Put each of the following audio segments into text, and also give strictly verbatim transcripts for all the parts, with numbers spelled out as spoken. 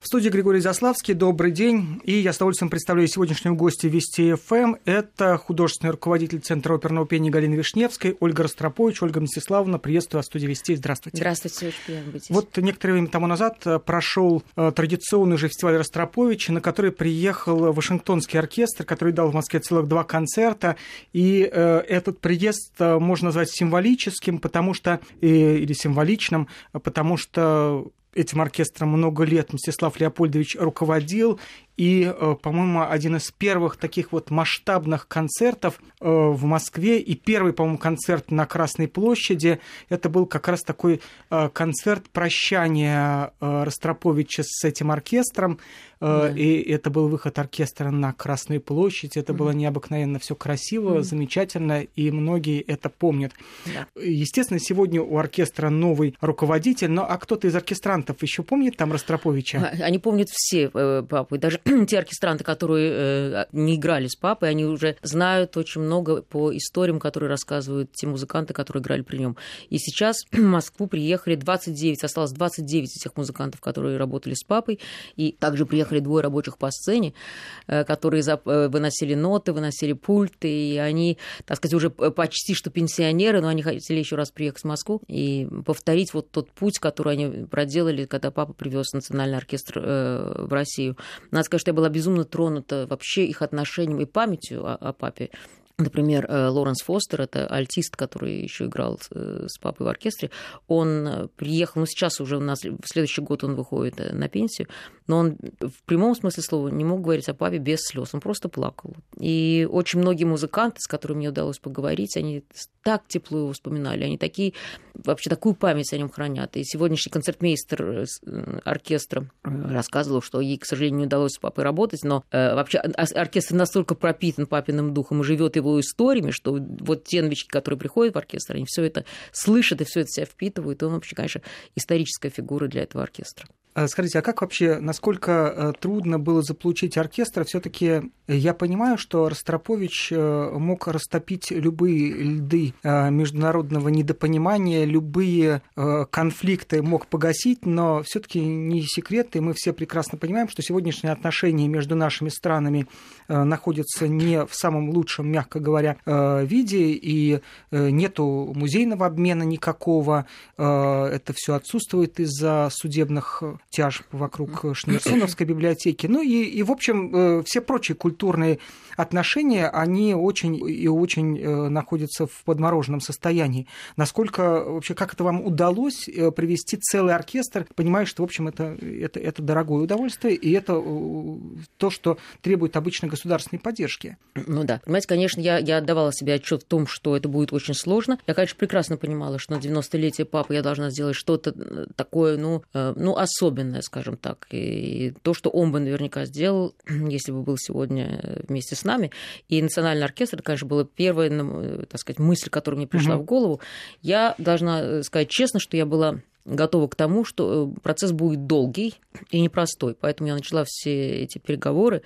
В студии Григорий Заславский. Добрый день. И я с удовольствием представляю сегодняшнего гостя Вести эф эм. Это художественный руководитель Центра оперного пения Галина Вишневская, Ольга Ростропович. Ольга Мстиславовна, приветствую вас в студии Вести. Здравствуйте. Здравствуйте, очень приятно быть здесь. Вот некоторое время тому назад прошел традиционный же фестиваль Ростроповича, на который приехал Вашингтонский оркестр, который дал в Москве целых два концерта. И этот приезд можно назвать символическим, потому что, или символичным, потому что этим оркестром много лет Мстислав Леопольдович руководил, и, по-моему, один из первых таких вот масштабных концертов в Москве, и первый, по-моему, концерт на Красной площади, это был как раз такой концерт прощания Ростроповича с этим оркестром, да. И это был выход оркестра на Красную площадь, это mm-hmm. было необыкновенно все красиво, mm-hmm. замечательно, и многие это помнят. Да. Естественно, сегодня у оркестра новый руководитель, но а кто-то из оркестрантов еще помнит там Ростроповича? Они помнят все папы, даже те оркестранты, которые не играли с папой, они уже знают очень много по историям, которые рассказывают те музыканты, которые играли при нем. И сейчас в Москву приехали двадцать девять, осталось двадцать девять этих музыкантов, которые работали с папой, и также приехали двое рабочих по сцене, которые выносили ноты, выносили пульты, и они, так сказать, уже почти что пенсионеры, но они хотели еще раз приехать в Москву и повторить вот тот путь, который они проделали, когда папа привез национальный оркестр в Россию. Надо сказать, что я была безумно тронута вообще их отношением и памятью о, о папе. Например, Лоренс Фостер, это альтист, который еще играл с папой в оркестре, он приехал, ну сейчас уже у нас в следующий год он выходит на пенсию, но он в прямом смысле слова не мог говорить о папе без слез, он просто плакал. И очень многие музыканты, с которыми мне удалось поговорить, они так тепло его вспоминали, они такие, вообще такую память о нем хранят. И сегодняшний концертмейстер оркестра рассказывал, что ей, к сожалению, не удалось с папой работать, но вообще оркестр настолько пропитан папиным духом и живет его историями, что вот те новички, которые приходят в оркестр, они все это слышат и все это себя впитывают, и он вообще, конечно, историческая фигура для этого оркестра. Скажите, а как вообще, насколько трудно было заполучить оркестр? Все-таки я понимаю, что Ростропович мог растопить любые льды международного недопонимания, любые конфликты мог погасить, но все-таки не секрет, и мы все прекрасно понимаем, что сегодняшние отношения между нашими странами находятся не в самом лучшем, мягко говоря, виде, и нету музейного обмена никакого, это все отсутствует из-за судебных тяжб вокруг Шнейрсоновской библиотеки. Ну и, и, в общем, все прочие культурные отношения, они очень и очень находятся в подмороженном состоянии. Насколько вообще, как это вам удалось привести целый оркестр, понимая, что, в общем, это, это, это дорогое удовольствие, и это то, что требует обычной государственной поддержки. Ну да. Понимаете, конечно, я, я отдавала себе отчет в том, что это будет очень сложно. Я, конечно, прекрасно понимала, что на девяностолетие папы я должна сделать что-то такое, ну, ну особенное, скажем так. И то, что он бы наверняка сделал, если бы был сегодня вместе с нами. И национальный оркестр, это, конечно, была первая, так сказать, мысль, которая мне пришла mm-hmm. в голову. Я должна сказать честно, что я была готова к тому, что процесс будет долгий и непростой. Поэтому я начала все эти переговоры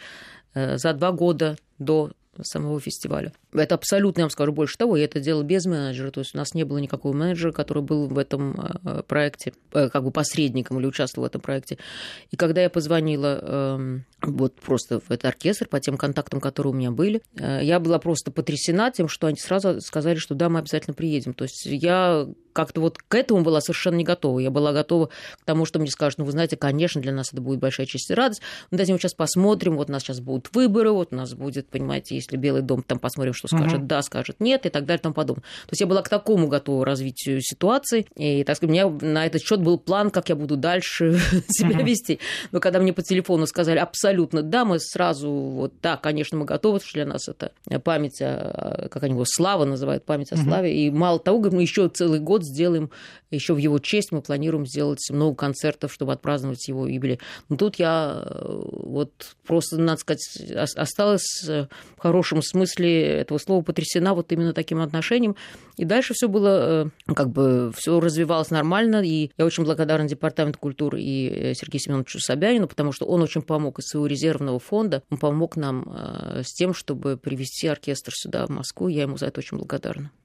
за два года до самого фестиваля. Это абсолютно, я вам скажу, больше того, я это делала без менеджера, то есть у нас не было никакого менеджера, который был в этом проекте, как бы посредником или участвовал в этом проекте. И когда я позвонила вот просто в этот оркестр по тем контактам, которые у меня были, я была просто потрясена тем, что они сразу сказали, что да, мы обязательно приедем. То есть я как-то вот к этому была совершенно не готова. Я была готова к тому, что мне скажут, ну, вы знаете, конечно, для нас это будет большая честь и радость. Ну, давайте мы сейчас посмотрим, вот у нас сейчас будут выборы, вот у нас будет, понимаете, если Белый дом, там посмотрим, что скажет, uh-huh. да, скажет нет, и так далее, и тому подобное. То есть я была к такому готова развитию ситуации, и, так сказать, у меня на этот счет был план, как я буду дальше себя uh-huh. вести. Но когда мне по телефону сказали абсолютно да, мы сразу, вот, да, конечно, мы готовы, потому что для нас это память, о, как они его, слава называют, память о uh-huh. славе, и мало того, говорим, мы еще целый год сделаем, еще в его честь мы планируем сделать много концертов, чтобы отпраздновать его юбилей. Но тут я вот просто, надо сказать, осталась в хорошем смысле этого слова потрясена вот именно таким отношением. И дальше все было, как бы, все развивалось нормально, и я очень благодарна Департаменту культуры и Сергею Семеновичу Собянину, потому что он очень помог из своего резервного фонда, он помог нам с тем, чтобы привести оркестр сюда, в Москву, я ему за это очень благодарна.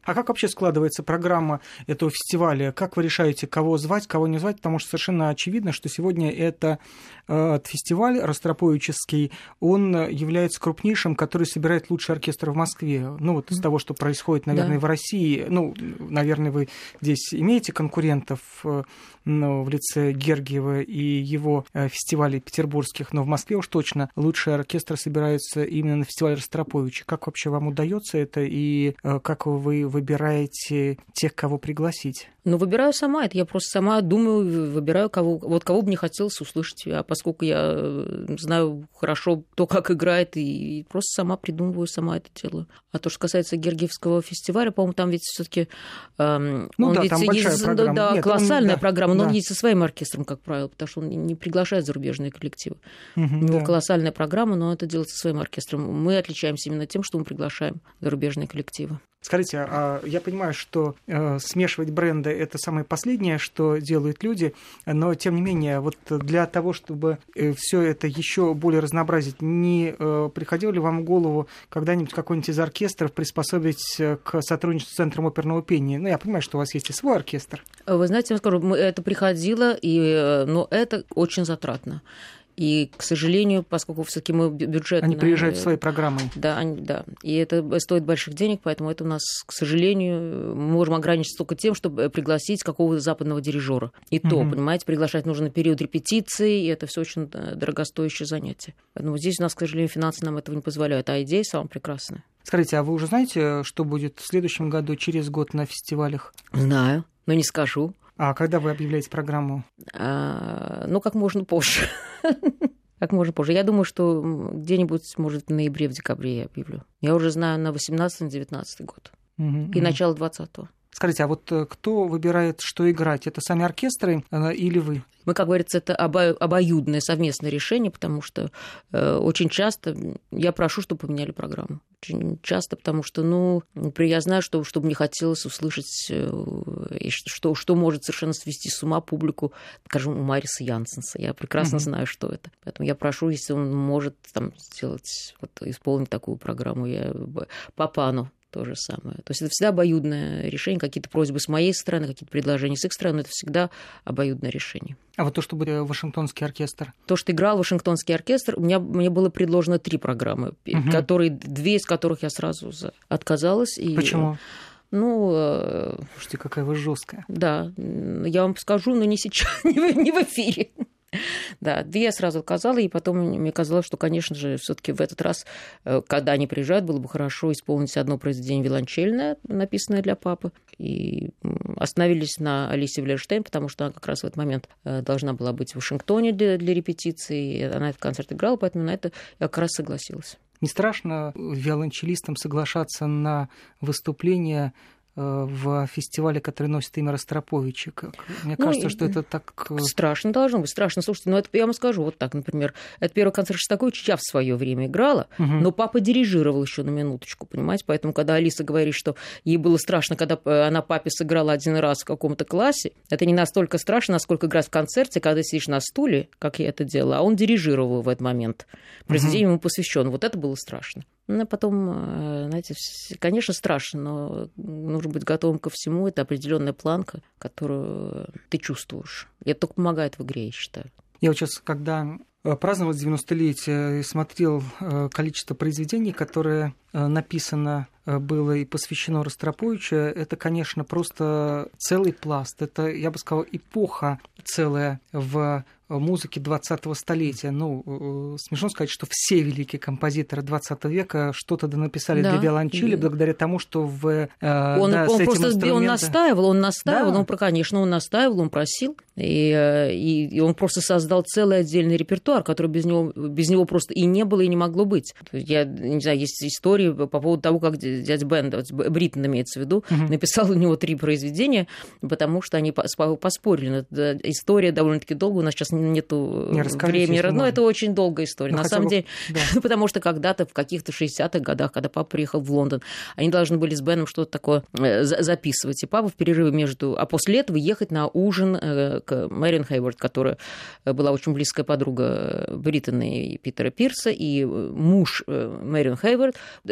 А как вообще складывается программа этого фестиваля? Как вы решаете, кого звать, кого не звать? Потому что совершенно очевидно, что сегодня это э, фестиваль ростроповический, он является крупнейшим, который собирает лучший оркестр в Москве. Ну, вот из того, что происходит, наверное, да. в России. Ну, наверное, вы здесь имеете конкурентов э, ну, в лице Гергиева и его э, фестивалей петербургских, но в Москве уж точно лучший оркестр собирается именно на фестивале Ростроповича. Как вообще вам удается это и э, как вы выбираете тех, кого пригласить? Ну, выбираю сама. Это я просто сама думаю, выбираю, кого, вот кого бы мне хотелось услышать. А поскольку я знаю хорошо то, как играет, и просто сама придумываю, сама это делаю. А то, что касается Гергиевского фестиваля, по-моему, там ведь все-таки эм, ну, он да, ведь там большая есть, программа. Да, Нет, колоссальная он, да, программа, но да. он есть со своим оркестром, как правило, потому что он не приглашает зарубежные коллективы. Угу, У него да. колоссальная программа, но это делается со своим оркестром. Мы отличаемся именно тем, что мы приглашаем зарубежные коллективы. Скажите, а я понимаю, что э, смешивать бренды – это самое последнее, что делают люди, но, тем не менее, вот для того, чтобы э, все это еще более разнообразить, не э, приходило ли вам в голову когда-нибудь какой-нибудь из оркестров приспособить к сотрудничеству с Центром оперного пения? Ну, я понимаю, что у вас есть и свой оркестр. Вы знаете, я скажу, это приходило, и, но это очень затратно. И, к сожалению, поскольку все-таки мы бюджет... Они приезжают в своей программой. Да, они, да. И это стоит больших денег, поэтому это у нас, к сожалению, мы можем ограничиться только тем, чтобы пригласить какого-то западного дирижера. И то, угу. понимаете, приглашать нужно на период репетиции, и это все очень дорогостоящее занятие. Поэтому здесь у нас, к сожалению, финансы нам этого не позволяют, а идея самая прекрасная. Скажите, а вы уже знаете, что будет в следующем году, через год на фестивалях? Знаю, но не скажу. А когда вы объявляете программу? А, ну, как можно позже. Как можно позже. Я думаю, что где-нибудь, может, в ноябре, в декабре я объявлю. Я уже знаю на восемнадцатый-девятнадцатый год. Угу, и угу. начало двадцатого. Скажите, а вот кто выбирает, что играть? Это сами оркестры или вы? Мы, как говорится, это обо- обоюдное совместное решение, потому что э, очень часто я прошу, чтобы поменяли программу. Очень часто, потому что, ну, например, я знаю, что, что мне хотелось услышать, э, и что, что может совершенно свести с ума публику, скажем, у Мариса Янсенса. Я прекрасно mm-hmm. знаю, что это. Поэтому я прошу, если он может там сделать, вот, исполнить такую программу, я Папану. То же самое. То есть это всегда обоюдное решение, какие-то просьбы с моей стороны, какие-то предложения с их стороны, это всегда обоюдное решение. А вот то, что был Вашингтонский оркестр? То, что играл Вашингтонский оркестр, у меня, мне было предложено три программы, угу. которые, две из которых я сразу отказалась. И, почему? Ну... Слушайте, какая вы жесткая. Да, я вам скажу, но не сейчас, не в, не в эфире. Да, две я сразу отказала, и потом мне казалось, что, конечно же, все-таки в этот раз, когда они приезжают, было бы хорошо исполнить одно произведение виолончельное, написанное для папы. И остановились на Алисе Валерштейн, потому что она как раз в этот момент должна была быть в Вашингтоне для, для репетиции, и она этот концерт играла, поэтому на это я как раз согласилась. Не страшно виолончелистам соглашаться на выступление в фестивале, который носит имя Ростроповича? Мне ну, кажется, что это так... Страшно должно быть, страшно. Слушайте, ну это я вам скажу вот так, например. Это первый концерт Шостаковича я в свое время играла, угу. но папа дирижировал еще на минуточку, понимаете? Поэтому, когда Алиса говорит, что ей было страшно, когда она папе сыграла один раз в каком-то классе, это не настолько страшно, насколько играть в концерте, когда сидишь на стуле, как я это делала, а он дирижировал в этот момент. Произведение угу. ему посвящено. Вот это было страшно. Ну, а потом, знаете, конечно, страшно, но нужно быть готовым ко всему. Это определенная планка, которую ты чувствуешь. И это только помогает в игре, я считаю. Я вот сейчас, когда праздновал девяностолетие, смотрел количество произведений, которые написано было и посвящено Ростроповичу, это, конечно, просто целый пласт. Это, я бы сказал, эпоха целая в музыки двадцатого столетия. Ну, смешно сказать, что все великие композиторы двадцатого века что-то написали да. для виолончели, благодаря тому, что в он, да, он с этим просто инструментом... он настаивал, он настаивал, да. он, конечно, он настаивал, он просил, и, и, и он просто создал целый отдельный репертуар, который без него, без него просто и не было, и не могло быть. Я не знаю, есть истории по поводу того, как дядя Бен, Бриттон имеется в виду, угу. написал у него три произведения, потому что они поспорили. История довольно-таки долгая, у нас сейчас нету не времени, но можно. Это очень долгая история. Ну, на самом бы... деле, да. потому что когда-то в каких-то шестидесятых годах, когда папа приехал в Лондон, они должны были с Беном что-то такое записывать. И папа в перерыве между... А после этого ехать на ужин к Мэриан Хейворд, которая была очень близкая подруга Бриттона и Питера Пирса, и муж Мэриан Хейворд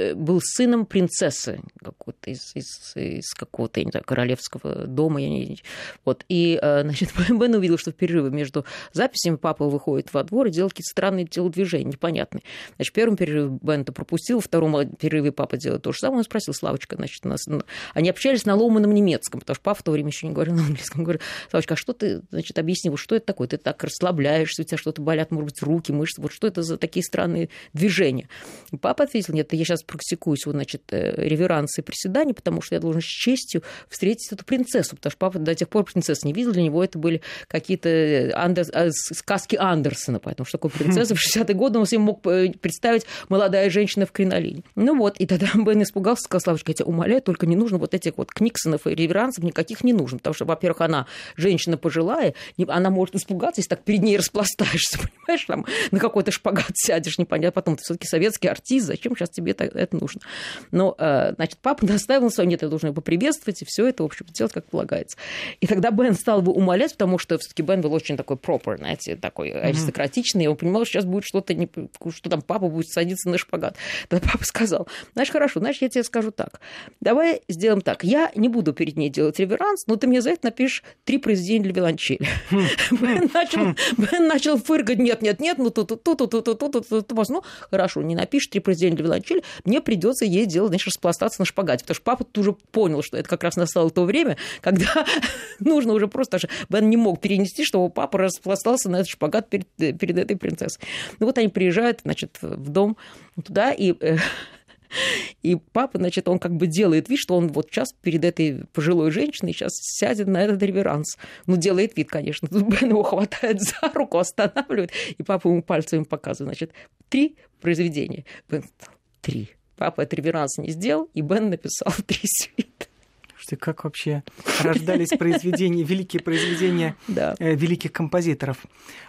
был сыном принцессы какой-то из, из, из какого-то, я не знаю, королевского дома. Я не... вот. И, значит, Бен увидел, что в перерыве между записями папа выходит во двор и делает какие-то странные телодвижения, непонятные. Значит, в первом перерыве Бен это пропустил, в втором перерыве папа делает то же самое. Он спросил: Славочка, значит, нас... они общались на ломаном немецком, потому что папа в то время еще не говорил на английском. Он говорит: Славочка, а что ты, значит, объясни, что это такое? Ты так расслабляешься, у тебя что-то болят, может быть, руки, мышцы. Вот что это за такие странные движения? И папа ответил: нет, я сейчас практикуюсь, вот, значит, реверансы и приседания, потому что я должен с честью встретить эту принцессу, потому что папа до тех пор принцессу не видел, для него это были какие-то андер... сказки Андерсона, поэтому что такое принцесса в шестидесятые годы он себе мог представить молодая женщина в кринолине. Ну вот, и тогда Бен испугался, сказал: Славочка, я тебя умоляю, только не нужно вот этих вот книксонов и реверансов, никаких не нужно, потому что, во-первых, она женщина пожилая, она может испугаться, если так перед ней распластаешься, понимаешь, там на какой-то шпагат сядешь, непонятно, потом ты все-таки советский артист, зачем сейчас тебе это нужно? Но, значит, папа наставил на своем: нет, я должен его поприветствовать, и все это, в общем, делать как полагается. И тогда Бен стал его умолять, потому что все-таки Бен был очень такой proper, знаете, такой аристократичный, и он понимал, что сейчас будет что-то, не... что там папа будет садиться на шпагат. Тогда папа сказал: знаешь, хорошо, значит, я тебе скажу так, давай сделаем так, я не буду перед ней делать реверанс, но ты мне за это напишешь три произведения для виолончели. Бен начал, Бен начал фыркать: нет, нет, нет, ну тут, тут, тут, тут, тут, тут, тут, тут, ну хорошо, не напишешь три произведения для виолончели, мне придется ей делать, значит, распластаться на шпагате, потому что папа тут уже понял, что это как раз настало то время, когда нужно уже просто, Бен не мог перенести, чтобы папа распластался на этот шпагат перед, перед этой принцессой. Ну вот они приезжают, значит, в дом туда, и... И папа, значит, он как бы делает вид, что он вот сейчас перед этой пожилой женщиной сейчас сядет на этот реверанс. Ну, делает вид, конечно. Тут Бен его хватает за руку, останавливает, и папа ему пальцем показывает. Значит, три произведения. Бен сказал: три. Папа этот реверанс не сделал, и Бен написал три свиты. Как вообще рождались произведения, великие произведения да. великих композиторов.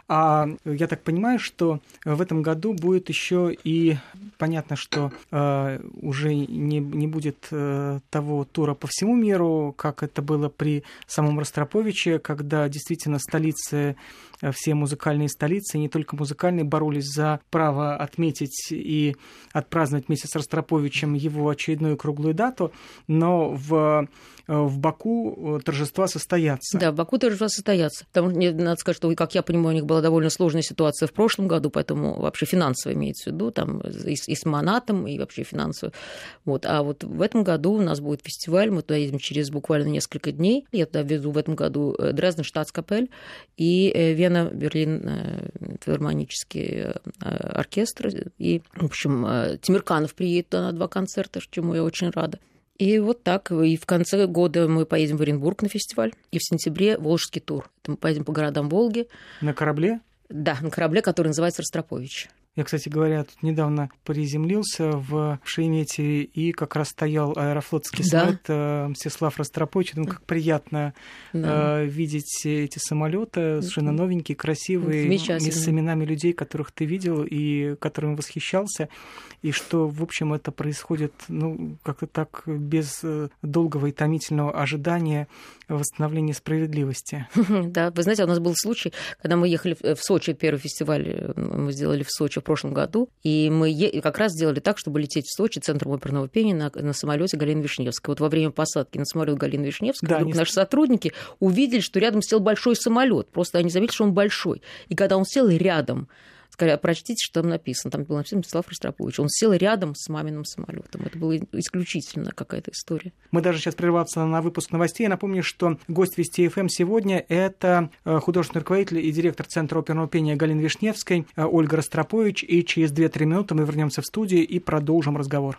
А я так понимаю, что в этом году будет еще и понятно, что э, уже не, не будет э, того тура по всему миру, как это было при самом Ростроповиче, когда действительно столицы, все музыкальные столицы, не только музыкальные, боролись за право отметить и отпраздновать вместе с Ростроповичем его очередную круглую дату, но в в Баку торжества состоятся. Да, в Баку торжества состоятся. Потому что, надо сказать, что, как я понимаю, у них была довольно сложная ситуация в прошлом году, поэтому вообще финансово имеется в виду, там и с, и с Монатом, и вообще финансово. Вот. А вот в этом году у нас будет фестиваль, мы туда едем через буквально несколько дней. Я туда везу в этом году Дрезден Штатскапель и Вена Берлин филармонический оркестр. И, в общем, Тимирканов приедет на два концерта, чему я очень рада. И вот так. И в конце года мы поедем в Оренбург на фестиваль. И в сентябре Волжский тур. Это мы поедем по городам Волги. На корабле? Да, на корабле, который называется Ростропович. Я, кстати говоря, тут недавно приземлился в Шереметьеве, и как раз стоял аэрофлотский самолет да. Мстислав Ростропович. Думаю, как приятно да. э, видеть эти самолеты, совершенно новенькие, красивые, с именами людей, которых ты видел и которым восхищался. И что, в общем, это происходит, ну, как-то так, без долгого и томительного ожидания восстановления справедливости. Да, вы знаете, у нас был случай, когда мы ехали в Сочи, первый фестиваль мы сделали в Сочи в прошлом году, и мы е- как раз сделали так, чтобы лететь в Сочи, центром оперного пения, на, на самолете Галины Вишневской. Вот во время посадки на самолет Галины Вишневской да, вдруг наши сотрудники увидели, что рядом сел большой самолет. Просто они заметили, что он большой. И когда он сел рядом, скорее, прочтите, что там написано. Там было написано Мстислав Ростропович. Он сел рядом с маминым самолетом. Это была исключительно какая-то история. Мы даже сейчас прерваться на выпуск новостей. Я напомню, что гость Вести ФМ сегодня – это художественный руководитель и директор Центра оперного пения Галины Вишневской Ольга Ростропович. И через две-три минуты мы вернемся в студию и продолжим разговор.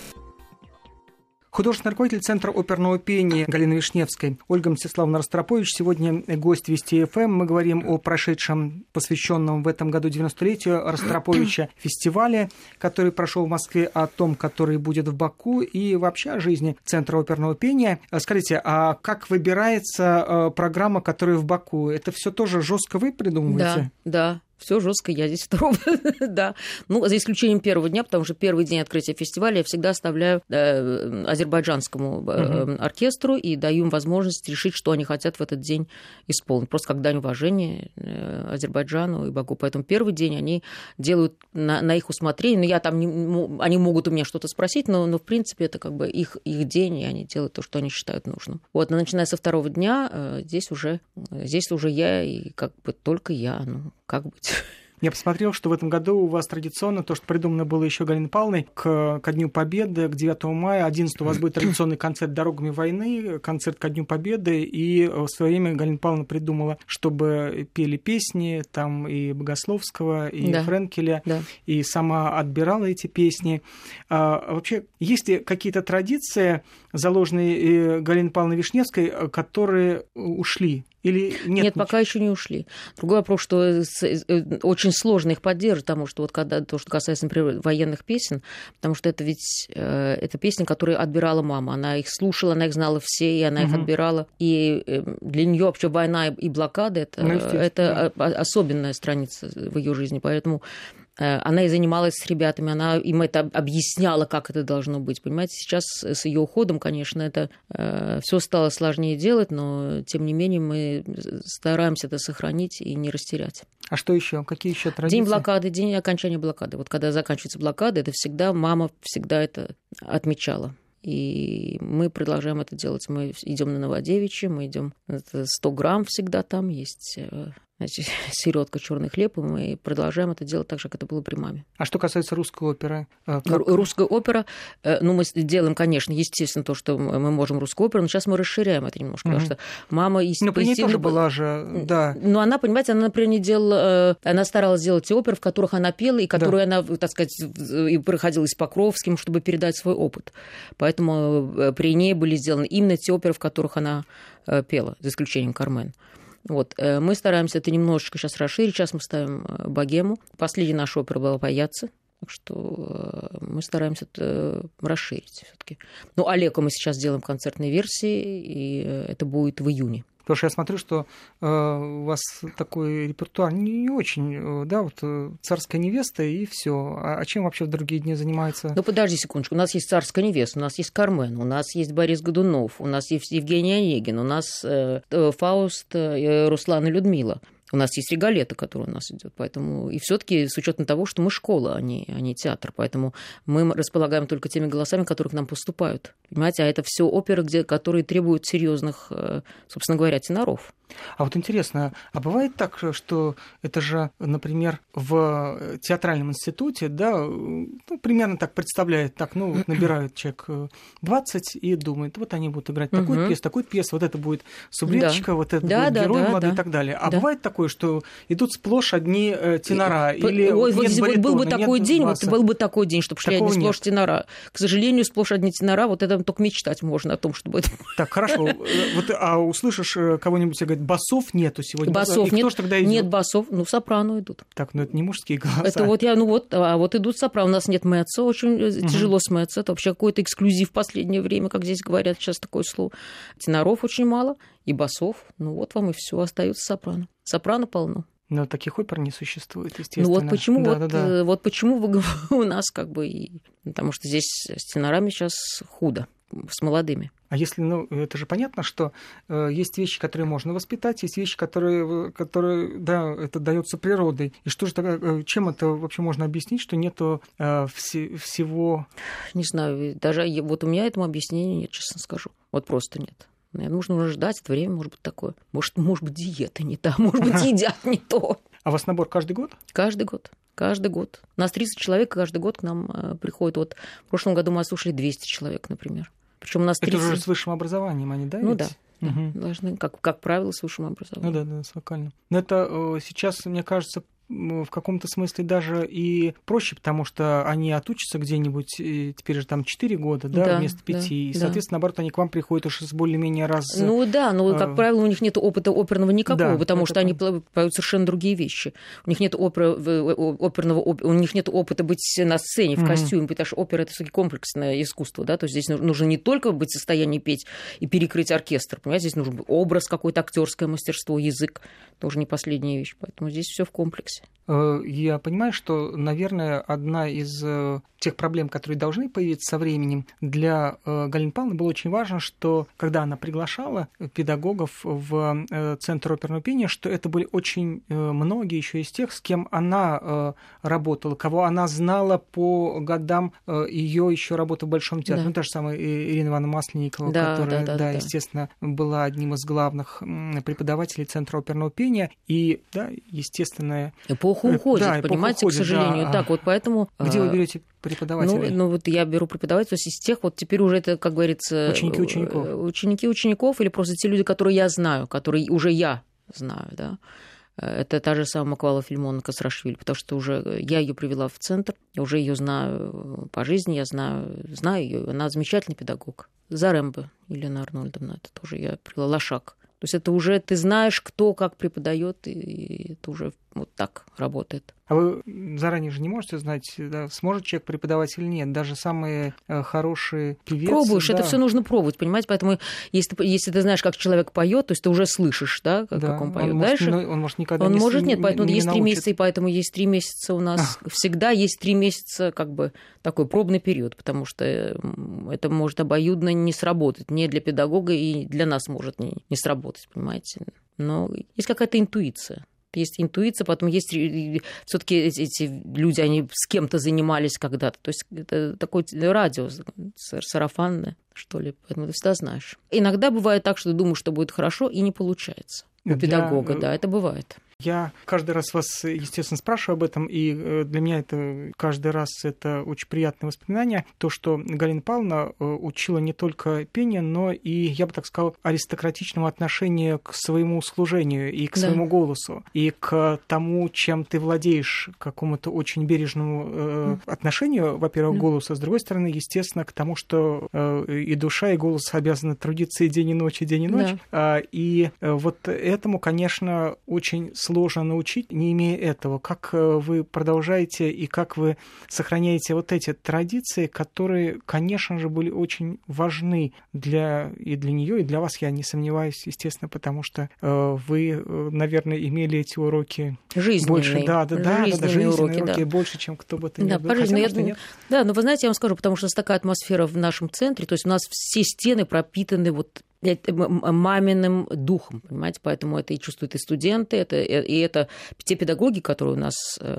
Художественный руководитель Центра оперного пения Галины Вишневской Ольга Мстиславовна Ростропович. Сегодня гость Вести ФМ. Мы говорим о прошедшем, посвященном в этом году девяностолетию Ростроповича фестивале, который прошел в Москве, о том, который будет в Баку, и вообще о жизни Центра оперного пения. Скажите, а как выбирается программа, которая в Баку? Это все тоже жестко вы придумываете? Да, да. все жестко, я здесь второго, да. Ну, за исключением первого дня, потому что первый день открытия фестиваля я всегда оставляю э, азербайджанскому э, uh-huh. оркестру и даю им возможность решить, что они хотят в этот день исполнить. Просто как дань уважения э, Азербайджану и Баку. Поэтому первый день они делают на, на их усмотрение. Но я там не, они могут у меня что-то спросить, но, но в принципе это как бы их, их день, и они делают то, что они считают нужным. Вот, но начиная со второго дня э, здесь уже здесь уже я и как бы только я, ну как быть. Я посмотрел, что в этом году у вас традиционно, то, что придумано было еще Галиной Павловной, к, ко Дню Победы, к девятому мая, одиннадцатого у вас будет традиционный концерт «Дорогами войны», концерт ко Дню Победы, и в свое время Галина Павловна придумала, чтобы пели песни, там и Богословского, и да. Френкеля, да. и сама отбирала эти песни. А, вообще, есть ли какие-то традиции, заложенные Галиной Павловной Вишневской, которые ушли? Или нет, нет, пока еще не ушли. Другой вопрос, что очень сложно их поддерживать, потому что вот когда то, что касается, например, военных песен, потому что это ведь э, это песни, которые отбирала мама. Она их слушала, она их знала все, и она угу. их отбирала. И для нее вообще война и блокада это, ну, это да. особенная страница в ее жизни. Поэтому она и занималась с ребятами, она им это объясняла, как это должно быть. Понимаете, сейчас с ее уходом, конечно, это э, все стало сложнее делать, но тем не менее мы стараемся это сохранить и не растерять. А что еще? Какие еще традиции? День блокады, день окончания блокады. Вот когда заканчивается блокада, это всегда мама всегда это отмечала. И мы продолжаем это делать. Мы идем на Новодевичье, мы идем сто грамм всегда там есть. Значит, середка, черный хлеб, и мы продолжаем это делать так же, как это было при маме. А что касается русской оперы? Как... Русская опера, ну, мы делаем, конечно, естественно, то, что мы можем русскую оперу, но сейчас мы расширяем это немножко, угу. потому что мама... Ну, при ней тоже была же, да. Но она, понимаете, она, например, не делала... Она старалась делать те оперы, в которых она пела, и которые да. она, так сказать, и проходила с Покровским, чтобы передать свой опыт. Поэтому при ней были сделаны именно те оперы, в которых она пела, за исключением «Кармен». Вот. Мы стараемся это немножечко сейчас расширить. Сейчас мы ставим «Богему». Последняя наша опера была «Паяцца». Так что мы стараемся это расширить всё-таки. Ну, «Алеко» мы сейчас делаем в концертной версии, и это будет в июне. Потому что я смотрю, что э, у вас такой репертуар не очень, да, вот «Царская невеста» и все. А, а чем вообще в другие дни занимается? Ну, подожди секундочку. У нас есть «Царская невеста», у нас есть «Кармен», у нас есть Борис Годунов, у нас есть Евгений Онегин, у нас э, Фауст, э, Руслан и Людмила. У нас есть «Риголетто», который у нас идет, поэтому и все-таки с учетом того, что мы школа, а не, а не театр, поэтому мы располагаем только теми голосами, которые к нам поступают, понимаете, а это все оперы, где, которые требуют серьезных, собственно говоря, теноров. А вот интересно, а бывает так, что это же, например, в театральном институте, да, ну, примерно так представляет, так, ну, вот набирают человек двадцать и думает, вот они будут играть такую угу. пьесу, такую пьесу, вот это будет сублеточка, да. вот это да, будет да, герой да, молодой да. и так далее. А да. бывает такое, что идут сплошь одни тенора, и, или ой, нет вот, баритона, был бы такой день, баса. вот был бы такой день, чтобы шли Такого одни сплошь нет. тенора. К сожалению, сплошь одни тенора, вот это только мечтать можно о том, чтобы это... Так, хорошо, вот, а услышишь кого-нибудь, говорит, басов нету сегодня. Басов и нет, кто ж тогда идет? Нет басов, ну, сопрано идут. Так, ну это не мужские голоса. Это вот я, ну вот, а вот идут сопрано. У нас нет мэццо, очень угу. тяжело с мэццо. Это вообще какой-то эксклюзив в последнее время, как здесь говорят сейчас такое слово. Теноров очень мало, и басов. Ну вот вам и все, остается сопрано. Сопрано полно. Но таких опер не существует, естественно. Ну вот почему, да, вот, да, да. вот почему вы, у нас как бы... И, потому что здесь с тенорами сейчас худо, с молодыми. А если, ну, это же понятно, что э, есть вещи, которые можно воспитать, есть вещи, которые, которые да, это дается природой. И что же тогда, чем это вообще можно объяснить, что нету э, все, всего... Не знаю, даже вот у меня этому объяснения нет, честно скажу. Вот просто нет. Нужно уже ждать, это время может быть такое. Может, может быть, диета не та, может быть, едят не то. А у вас набор каждый год? Каждый год. Каждый год. У нас тридцать человек каждый год к нам приходит. Вот в прошлом году мы слушали двести человек, например. Причем у нас тридцать... Это уже с высшим образованием они, да? Ну ведь? да. Угу. Должны, как, как правило, с высшим образованием. Ну да, да, с вокальным. Но это сейчас, мне кажется, в каком-то смысле даже и проще, потому что они отучатся где-нибудь, теперь же там четыре года, да, да вместо пяти, да, и, да. соответственно, наоборот, они к вам приходят уже с более-менее раз... Ну да, но, как правило, у них нет опыта оперного никакого, да, потому что это... они поют совершенно другие вещи. У них нет опера, оперного, у них нет опыта быть на сцене в костюме, mm-hmm. потому что опера — это все-таки комплексное искусство, да, то есть здесь нужно не только быть в состоянии петь и перекрыть оркестр, понимаете, здесь нужен образ какой-то, актерское мастерство, язык, тоже не последняя вещь, поэтому здесь все в комплексе. я понимаю, что, наверное, одна из тех проблем, которые должны появиться со временем, для Галины Павловны было очень важно, что когда она приглашала педагогов в Центр оперного пения, что это были очень многие еще из тех, с кем она работала, кого она знала по годам ее еще работы в Большом театре. Да. Ну, та же самая Ирина Ивановна Масленникова, да, которая, да, да, да, да, естественно, была одним из главных преподавателей Центра оперного пения. И, да, естественно... Эпоха уходит, да, понимаете, эпоха уходит, к сожалению. Да. Так, вот поэтому... Где вы берете преподавателей? Ну, ну, вот я беру преподавателей, то есть из тех, вот теперь уже это, как говорится... Ученики учеников. Ученики учеников или просто те люди, которые я знаю, которые уже я знаю, да. Это та же самая Маквала Филимоновна Касрашвили, потому что уже я ее привела в центр, я уже ее знаю по жизни, я знаю, знаю ее, она замечательный педагог. Зарембо Елена Арнольдовна, это тоже я привела, Лошак. То есть это уже ты знаешь, кто как преподает, и это уже вот так работает. А вы заранее же не можете знать, да, сможет человек преподавать или нет. Даже самые хорошие певцы. Пробуешь, да. Это все нужно пробовать, понимаете? Поэтому если ты, если ты знаешь, как человек поет, то есть ты уже слышишь, да, как, да, как он поет. Он Дальше может, он может никогда он не может, нет, не, поэтому не есть три научит. месяца, и поэтому есть три месяца у нас а. всегда есть три месяца, как бы такой пробный период, потому что это может обоюдно не сработать, не для педагога и для нас может не, не сработать, понимаете? Но есть какая-то интуиция. Есть интуиция, потом есть все-таки эти, эти люди, они с кем-то занимались когда-то. То есть это такое радио сарафанное, что ли, поэтому ты всегда знаешь. Иногда бывает так, что ты думаешь, что будет хорошо, и не получается. У для... педагога, да, это бывает. Я каждый раз вас, естественно, спрашиваю об этом, и для меня это каждый раз это очень приятное воспоминание, то, что Галина Павловна учила не только пение, но и, я бы так сказал, аристократичному отношению к своему служению и к да. своему голосу, и к тому, чем ты владеешь, к какому-то очень бережному э, отношению, во-первых, к голосу, а с другой стороны, естественно, к тому, что э, и душа, и голос обязаны трудиться и день, и ночь, и день, и ночь. Да. И вот этому, конечно, очень сложно научить, не имея этого. Как вы продолжаете и как вы сохраняете вот эти традиции, которые, конечно же, были очень важны для, и для нее, и для вас, я не сомневаюсь, естественно, потому что э, вы, наверное, имели эти уроки жизненные, больше, да, да, да, жизненные, да, жизненные уроки, уроки да. больше, чем кто бы то ни да, был. Хотя, может, нет. Да, но вы знаете, я вам скажу, потому что у нас такая атмосфера в нашем центре, то есть у нас все стены пропитаны вот маминым духом, понимаете, поэтому это и чувствуют и студенты, это, и это те педагоги, которые у нас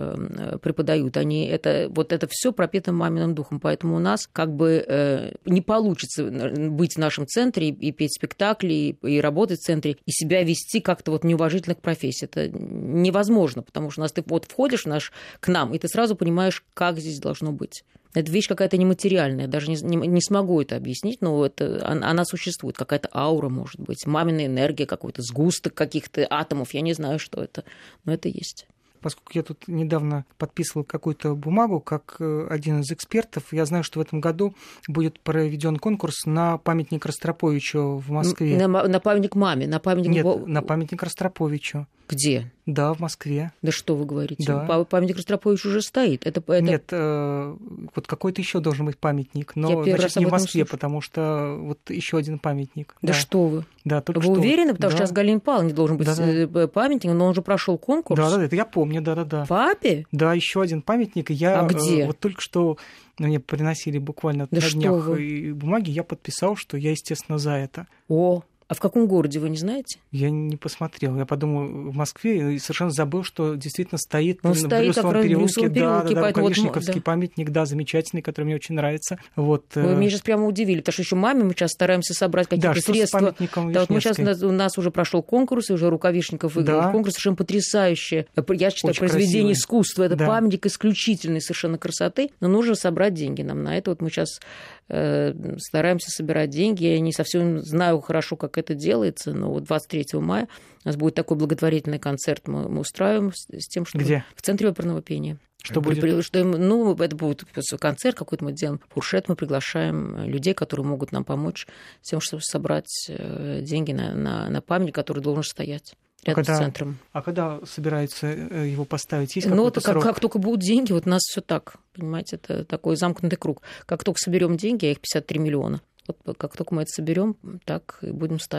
э, преподают, они это, вот это все пропитано маминым духом, поэтому у нас как бы э, не получится быть в нашем центре и, и петь спектакли, и, и работать в центре, и себя вести как-то вот неуважительно к профессии. Это невозможно, потому что у нас ты вот входишь в наш, к нам, и ты сразу понимаешь, как здесь должно быть. Это вещь какая-то нематериальная, даже не, не, не смогу это объяснить, но это, она, она существует, какая-то аура, может быть, маминая энергия, какой-то сгусток каких-то атомов, я не знаю, что это, но это есть. Поскольку я тут недавно подписывал какую-то бумагу, как один из экспертов, я знаю, что в этом году будет проведен конкурс на памятник Ростроповичу в Москве. На, на памятник маме, на памятник... Нет, на памятник Ростроповичу. Где? Да, в Москве. Да что вы говорите? Да. Памятник Ростроповичу уже стоит. Это, это... Нет, э, вот какой-то еще должен быть памятник, но значит, не в Москве, слышу. Потому что вот еще один памятник. Да, да. Что вы? Да, только вы что. уверены? Потому да. что сейчас Галине Павловне должен быть Да-да. памятник, но он уже прошел конкурс. Да, да, это я помню, да, да, да. Папе? Да, еще один памятник. Я а где? Э, вот только что мне приносили буквально да на днях вы? бумаги, я подписал, что я, естественно, за это. О. А в каком городе, вы не знаете? Я не посмотрел. Я подумал, в Москве, и совершенно забыл, что действительно стоит Он на стоит Брюсовом переулке, да, да, да, вот, Рукавишниковский да. памятник, да, замечательный, который мне очень нравится. Вот. Вы меня сейчас прямо удивили, потому что еще маме мы сейчас стараемся собрать какие-то да, средства. Что с памятником да, вот мы сейчас, у нас уже прошел конкурс, и уже Рукавишников выиграл да. конкурс, совершенно потрясающий. Я считаю, очень произведение красивый. Искусства. Это да. памятник исключительной совершенно красоты, но нужно собрать деньги нам на это. Вот мы сейчас э, стараемся собирать деньги. Я не совсем знаю хорошо, как это делается, но вот двадцать третьего мая у нас будет такой благотворительный концерт, мы, мы устраиваем с, с тем, что... Где? В Центре оперного пения. Что будет? При, что, ну, это будет концерт какой-то, мы делаем фуршет, мы приглашаем людей, которые могут нам помочь с тем, чтобы собрать деньги на, на, на памятник, который должен стоять рядом а когда, с центром. А когда собираются его поставить? Есть ну, какой-то как, срок? Как только будут деньги, вот у нас все так, понимаете, это такой замкнутый круг. Как только соберем деньги, а их пятьдесят три миллиона, вот как только мы это соберем, так и будем ставить.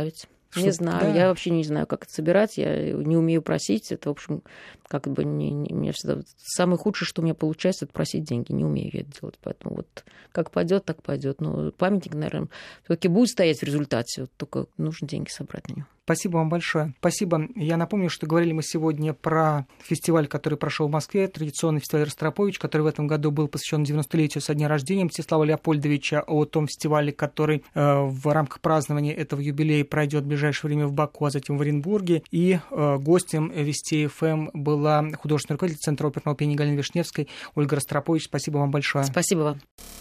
Не Что, знаю, да. Я вообще не знаю, как это собирать, я не умею просить. Это, в общем, как бы не, не, мне всегда... Самое худшее, что у меня получается, это просить деньги. Не умею я это делать, поэтому вот как пойдет, так пойдет. Но памятник, наверное, все-таки будет стоять в результате, вот только нужно деньги собрать на него. Спасибо вам большое. Спасибо. Я напомню, что говорили мы сегодня про фестиваль, который прошел в Москве, традиционный фестиваль «Ростропович», который в этом году был посвящен девяностолетию со дня рождения Мстислава Леопольдовича, о том фестивале, который э, в рамках празднования этого юбилея пройдет в ближайшее время в Баку, а затем в Оренбурге. И э, гостем Вести эф эм была художественный руководитель Центра оперного пения Галины Вишневской Ольга Ростропович. Спасибо вам большое. Спасибо вам.